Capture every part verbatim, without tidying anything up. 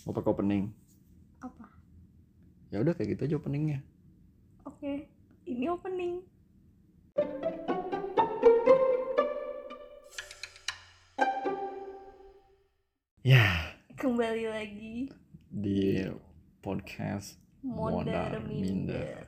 Mau pakai opening? Apa? Ya udah kayak gitu aja openingnya. Oke, ini opening. Ya, Kembali lagi di podcast Mondar Mondar Minder. Minder.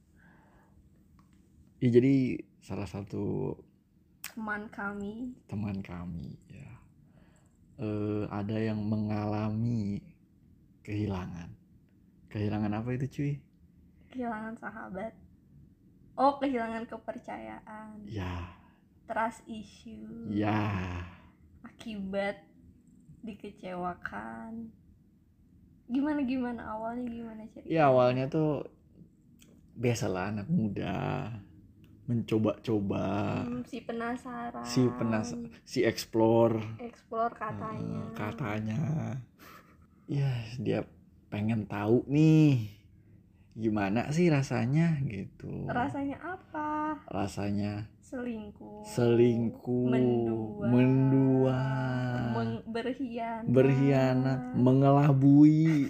Ya, jadi salah satu Teman kami teman kami ya eh, ada yang mengalami kehilangan. Kehilangan apa itu cuy? kehilangan sahabat. Oh, kehilangan kepercayaan. Ya, Trust issue. ya. Akibat dikecewakan. Gimana gimana awalnya gimana ceritanya? Ya awalnya tuh biasalah anak muda mencoba-coba, Hmm, si penasaran. si penas, si explore, Explore katanya. eh, katanya. Ya dia pengen tahu nih gimana sih rasanya gitu. Rasanya apa? Rasanya Selingkuh. selingkuh, Mendua. mendua, Meng- berkhianat. berkhianat, mengelabui.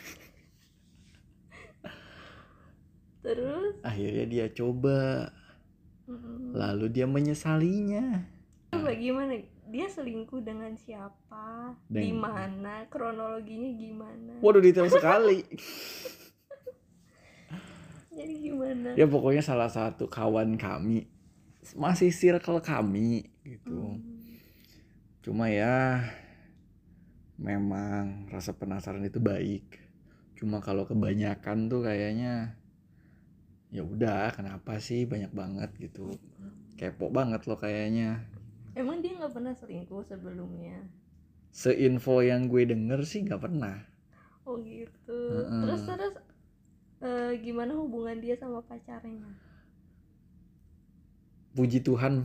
Terus Akhirnya dia coba, mm, lalu dia menyesalinya. coba gimana? Dia selingkuh dengan siapa? Deng- Di mana? Kronologinya gimana? Waduh, detail sekali. Jadi gimana? Ya pokoknya salah satu kawan kami, masih circle kami gitu. Hmm. Cuma ya memang rasa penasaran itu baik. Cuma kalau kebanyakan tuh kayaknya ya udah, kenapa sih banyak banget gitu. Kepo banget loh kayaknya. Emang dia nggak pernah selingkuh sebelumnya? Seinfo yang gue denger sih nggak pernah. Oh gitu. Mm-mm. Terus terus eh, gimana hubungan dia sama pacarnya? Puji Tuhan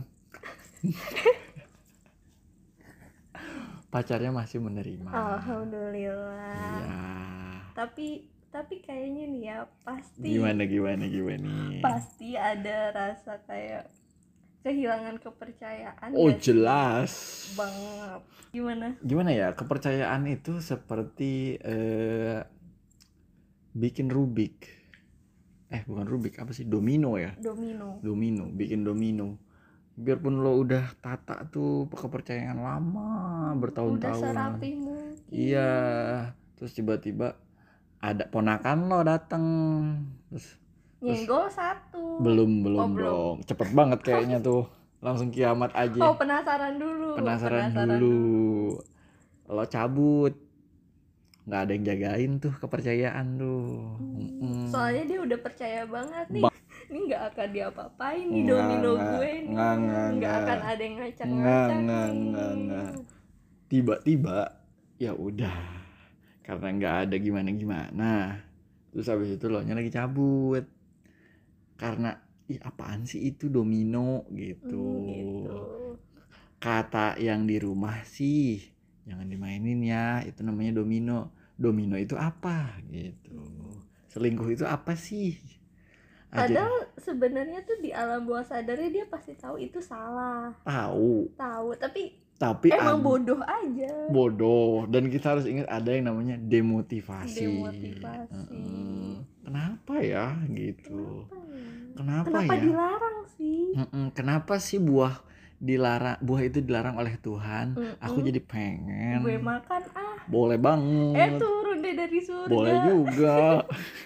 pacarnya masih menerima. Alhamdulillah. Iya. Tapi tapi kayaknya nih ya pasti Gimana gimana gimana. pasti ada rasa kayak kehilangan kepercayaan. Oh gak sih? jelas Banget. Gimana? Gimana ya, kepercayaan itu seperti eh, bikin Rubik. Eh bukan Rubik, apa sih, domino ya. Domino. Domino, bikin domino. Biarpun lo udah tata tuh kepercayaan lama bertahun-tahun. Udah serapi mungkin. Iya, terus tiba-tiba ada ponakan lo dateng, terus nyenggol satu. belum belum Oh, belum. dong, cepet banget kayaknya tuh, langsung kiamat aja. Oh, penasaran dulu. penasaran, dulu. Lo cabut, nggak ada yang jagain tuh kepercayaan tuh. Hmm, soalnya dia udah percaya banget nih. Ba- Ini nggak akan diapa-apain nih Nggak, domino nggak, gue nih. nggak, nggak, Nggak nggak. akan ada yang Nggak, ngacak-ngacak nggak, nih. nggak, nggak. Tiba-tiba ya udah, karena nggak ada gimana-gimana, terus habis itu lo nya lagi cabut karena ih apaan sih itu domino gitu. Hmm, gitu. Kata yang di rumah sih jangan dimainin ya, itu namanya domino. Domino itu apa gitu. Selingkuh itu apa sih? Aja Padahal sebenarnya tuh di alam bawah sadarnya dia pasti tahu itu salah. tahu, Tahu, tapi tapi emang ad- bodoh aja. bodoh. Dan kita harus ingat ada yang namanya demotivasi. Demotivasi. Mm-mm. Kenapa ya gitu? Kenapa ya? Kenapa, Kenapa ya? dilarang sih? Mm-mm. Kenapa sih buah dilarang, buah itu dilarang oleh Tuhan? Mm-mm. Aku jadi pengen. Gue makan ah. Boleh Eh banget. turun deh dari surga. Boleh juga.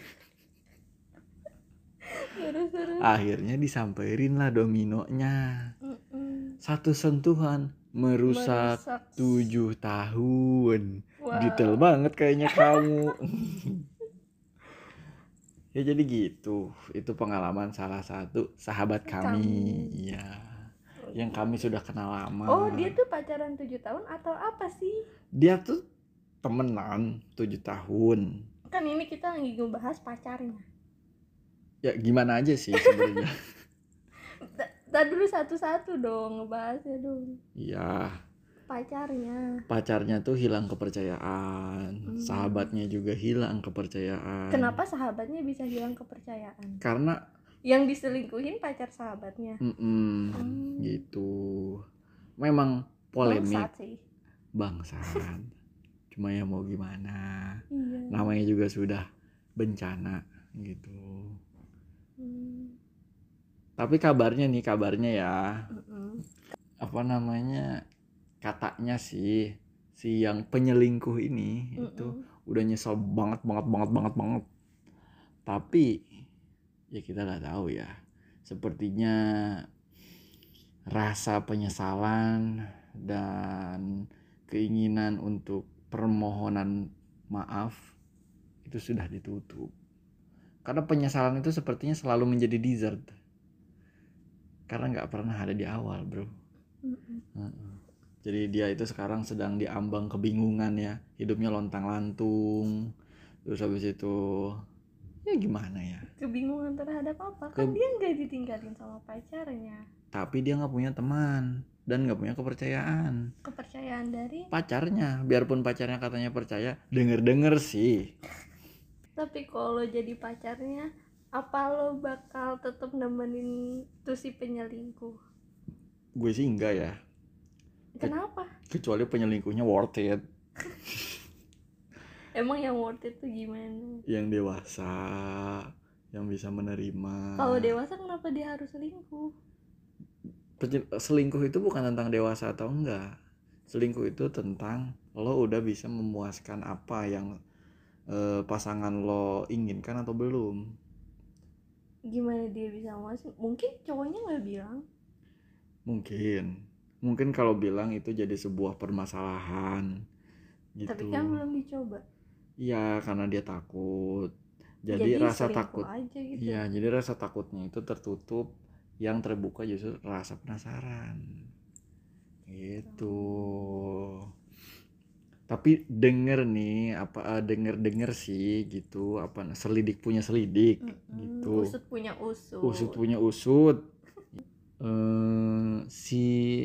Terus terus. Akhirnya disamperin lah dominonya. Mm-mm. Satu sentuhan merusak, Merusak. tujuh tahun. Wow. Detail banget kayaknya kamu. Ya jadi gitu. Itu pengalaman salah satu sahabat kami. Iya. Yang kami sudah kenal lama. Oh, dia tuh pacaran tujuh tahun atau apa sih? Dia tuh temenan tujuh tahun. Kan ini kita lagi ngebahas pacarnya. Ya gimana aja sih sebenarnya. Tadi dulu satu-satu dong ngebahasnya dong. Iya. Pacarnya. Pacarnya tuh hilang kepercayaan. Hmm. Sahabatnya juga hilang kepercayaan. Kenapa sahabatnya bisa hilang kepercayaan? Karena yang diselingkuhin pacar sahabatnya. mm-mm, Hmm. gitu. Memang polemik. Bangsat sih. Bangsat. Cuma ya mau gimana, Iya. namanya juga sudah bencana gitu. Hmm. Tapi kabarnya nih kabarnya ya Mm-mm. apa namanya, katanya sih si yang penyelingkuh ini itu Mm-mm. udah nyesel banget banget banget banget banget. Tapi ya kita nggak tahu ya, sepertinya rasa penyesalan dan keinginan untuk permohonan maaf itu sudah ditutup. Karena penyesalan itu sepertinya selalu menjadi dessert. Karena nggak pernah ada di awal, bro. Mm-mm. Uh-uh. Jadi dia itu sekarang sedang diambang kebingungan ya, hidupnya lontang-lantung. Terus habis itu ya gimana ya? Kebingungan terhadap apa? Ke... Kan dia nggak ditinggalin sama pacarnya. Tapi dia nggak punya teman dan nggak punya kepercayaan. Kepercayaan dari Pacarnya, biarpun pacarnya katanya percaya, denger-denger sih. tapi kalau jadi pacarnya, apa lo bakal tetap nemenin tuh si penyelingkuh? Gue sih enggak ya. Kenapa? Kecuali penyelingkuhnya worth it. Emang yang worth it tuh gimana? Yang dewasa, yang bisa menerima. Kalau dewasa kenapa dia harus selingkuh? Selingkuh itu bukan tentang dewasa atau enggak. Selingkuh itu tentang lo udah bisa memuaskan apa yang eh, pasangan lo inginkan atau belum. Gimana dia bisa masuk? Mungkin cowoknya nggak bilang. Mungkin mungkin kalau bilang itu jadi sebuah permasalahan gitu. Tapi kan belum dicoba. Iya, karena dia takut. Jadi, Jadi rasa selingkuh takut aja gitu. iya jadi rasa takutnya itu tertutup, yang terbuka justru rasa penasaran gitu. Tapi denger nih apa, denger denger sih gitu apa, selidik punya selidik. Mm-mm. Gitu. Usut punya usut. Usut punya usut. eh, si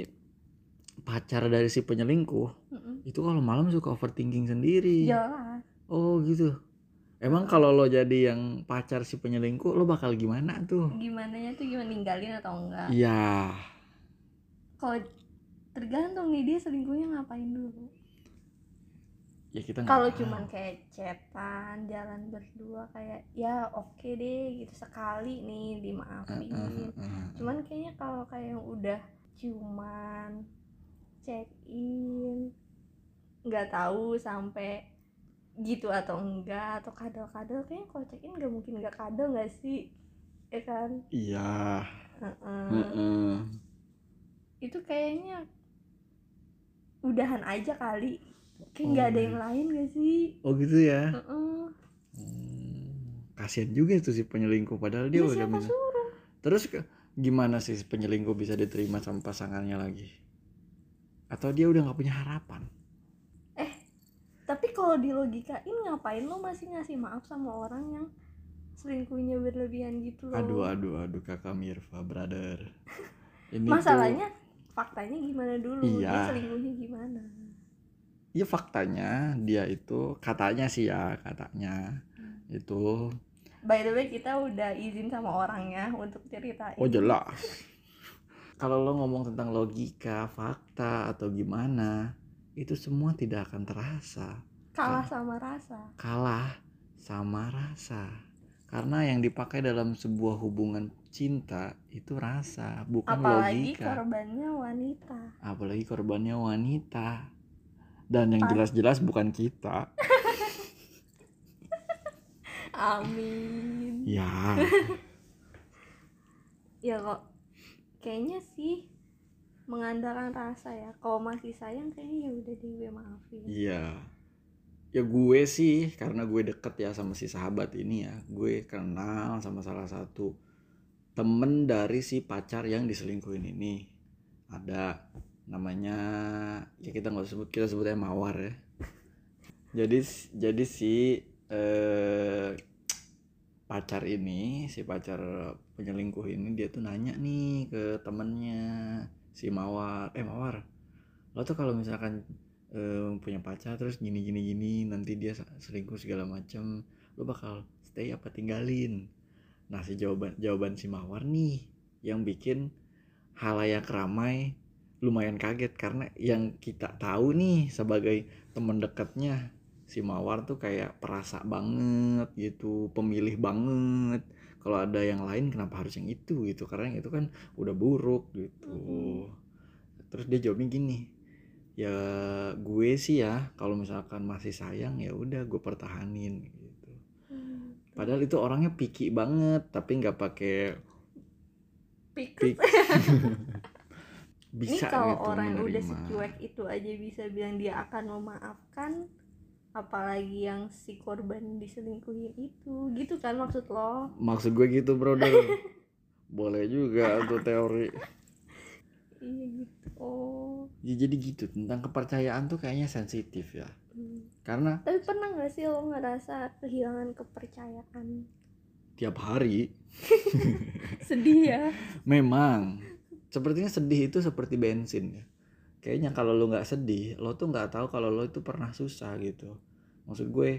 pacar dari si penyelingkuh Mm-mm. itu kalau malam suka overthinking sendiri. Jelas. Oh gitu. Emang kalau lo jadi yang pacar si penyelingkuh, lo bakal gimana tuh? Gimana nya tuh, gimana ninggalin atau enggak? Iya. Kalau tergantung nih dia selingkuhnya ngapain dulu. Ya kita nggak Kalau tahu. cuman kayak chatan, jalan berdua kayak ya oke deh gitu, sekali nih dimaafin. Uh, uh, uh, uh. Cuman kayaknya kalau kayak yang udah cuman check in, nggak tahu sampai gitu atau enggak, atau kadal-kadal, kayaknya kalau check in nggak mungkin nggak kadal nggak sih, ya kan? Iya. Uh-uh. Uh-uh. Itu kayaknya udahan aja kali, kayak nggak Oh, ada yang lain gak sih? Oh gitu ya. Uh-uh. Hmm, kasian juga tuh si penyelingkuh, padahal dia Ya udah siapa bisa. suruh? Terus ke- gimana sih si penyelingkuh bisa diterima sama pasangannya lagi? Atau dia udah nggak punya harapan? Eh, tapi kalau dilogikain ngapain lo masih ngasih maaf sama orang yang selingkuhnya berlebihan gitu loh? Aduh aduh aduh kakak Mirva brother. Ini Masalahnya tuh, faktanya gimana dulu? Iya. Dia selingkuhnya gimana? ya faktanya dia itu katanya sih ya katanya Hmm. itu. By the way, kita udah izin sama orangnya untuk ceritain. Oh jelas. Kalau lo ngomong tentang logika, fakta atau gimana, itu semua tidak akan terasa. Kalah Ka- sama rasa. Kalah sama rasa. Karena yang dipakai dalam sebuah hubungan cinta itu rasa, bukan Apalagi logika. korbannya wanita. Apalagi korbannya wanita. Dan yang Pas. jelas-jelas bukan kita. Amin. Ya. Ya kok kayaknya sih mengandalkan rasa ya. Kalau masih sayang kayaknya ya udah deh gue maafin. Iya. Ya gue sih karena gue deket ya sama si sahabat ini ya, gue kenal sama salah satu temen dari si pacar yang diselingkuhin ini. Ada namanya, ya kita nggak sebut, kita sebutnya Mawar ya. Jadi jadi si eh, pacar ini, si pacar penyelingkuh ini dia tuh nanya nih ke temennya si Mawar, eh Mawar, lo tuh kalau misalkan eh, punya pacar terus gini gini gini nanti dia selingkuh segala macem, lo bakal stay apa tinggalin? Nah si jawaban jawaban si Mawar nih yang bikin halayak ramai lumayan kaget karena yang kita tahu nih sebagai teman dekatnya si Mawar tuh kayak perasa banget gitu, pemilih banget. Kalau ada yang lain kenapa harus yang itu gitu, karena yang itu kan udah buruk gitu. Mm-mm. Terus dia jawabnya gini, ya gue sih ya kalau misalkan masih sayang ya udah gue pertahanin gitu. Hmm. Padahal itu orangnya picky banget tapi nggak pakai Pikus. pik Ini bisa kalau gitu orang yang udah menerima. secuek itu aja bisa bilang dia akan memaafkan, apalagi yang si korban diselingkuhin itu, gitu kan maksud lo? Maksud gue gitu brother. Boleh juga tuh teori. Iya gitu. Oh. Ya, jadi gitu, tentang kepercayaan tuh kayaknya sensitif ya. Hmm. Karena Tapi pernah nggak sih lo ngerasa kehilangan kepercayaan? tiap hari Sedih ya. memang sepertinya sedih itu seperti bensin ya. Kayaknya kalau lo nggak sedih, lo tuh nggak tahu kalau lo itu pernah susah gitu. Maksud gue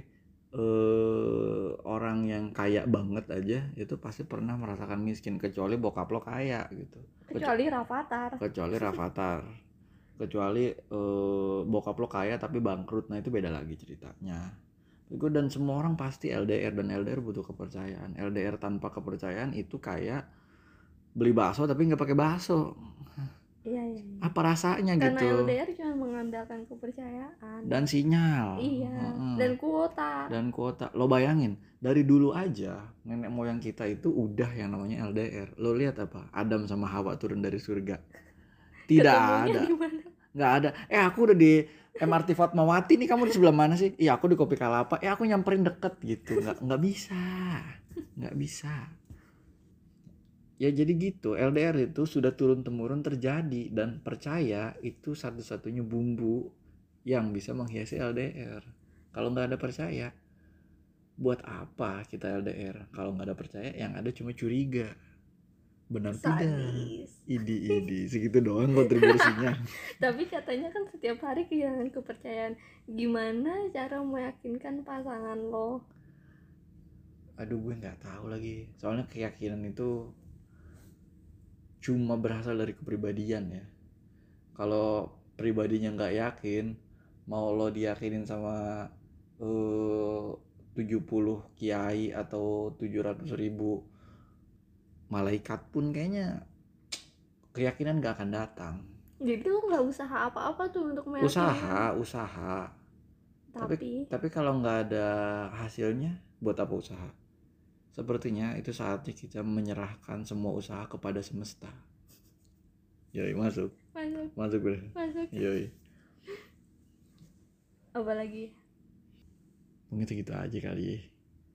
eh, orang yang kaya banget aja itu pasti pernah merasakan miskin, kecuali bokap lo kaya gitu. Kecuali Rafathar. Kecuali Rafathar. Kecuali eh, bokap lo kaya tapi bangkrut, nah itu beda lagi ceritanya. Gue dan semua orang pasti L D R, dan L D R butuh kepercayaan. L D R tanpa kepercayaan itu kayak beli bakso tapi nggak pakai bakso. Iya, iya, iya. Apa rasanya Karena gitu? L D R cuma mengandalkan kepercayaan Dan sinyal. iya. Mm-mm. Dan kuota. Dan kuota. Lo bayangin dari dulu aja nenek moyang kita itu udah yang namanya L D R. Lo lihat apa? Adam sama Hawa turun dari surga. Tidak Ketemunya ada. di mana? Nggak ada. Eh aku udah di M R T Fatmawati nih, kamu di sebelah mana sih? Iya aku di Kopi Kalapa. Eh aku nyamperin deket gitu. Nggak nggak bisa. Nggak bisa. Ya jadi gitu, L D R itu sudah turun temurun terjadi, dan percaya itu satu-satunya bumbu yang bisa menghiasi L D R. Kalau nggak ada percaya, buat apa kita L D R? Kalau nggak ada percaya, yang ada cuma curiga. Benar tidak? Sadis. Idi idi segitu doang kontribusinya. Tapi katanya kan setiap hari kehilangan kepercayaan. Gimana cara meyakinkan pasangan lo? Aduh gue nggak tahu lagi. Soalnya keyakinan itu cuma berasal dari kepribadian ya. Kalau pribadinya nggak yakin, mau lo diyakinin sama uh, tujuh puluh kiai atau tujuh ratus ribu malaikat pun kayaknya keyakinan nggak akan datang. Jadi lo nggak usaha apa-apa tuh untuk meyakinkan. Usaha, usaha. Tapi Tapi tapi kalau nggak ada hasilnya, buat apa usaha? Sepertinya itu saatnya kita menyerahkan semua usaha kepada semesta. Yoi, masuk. masuk, Masuk bro. masuk. Yoi. Apa lagi? Mungkin segitu aja kali.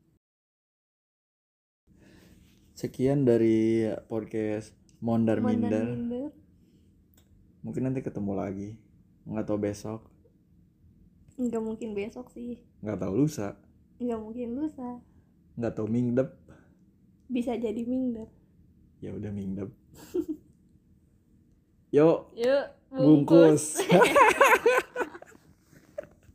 Sekian dari podcast Mondar Mondar Minder. minder. Mungkin nanti ketemu lagi. Nggak tahu besok. Nggak mungkin besok sih. Nggak tahu lusa. Nggak mungkin lusa. Nggak tahu mingdep. Bisa jadi minder. Ya udah mingdep. Yuk, Yuk, bungkus. bungkus.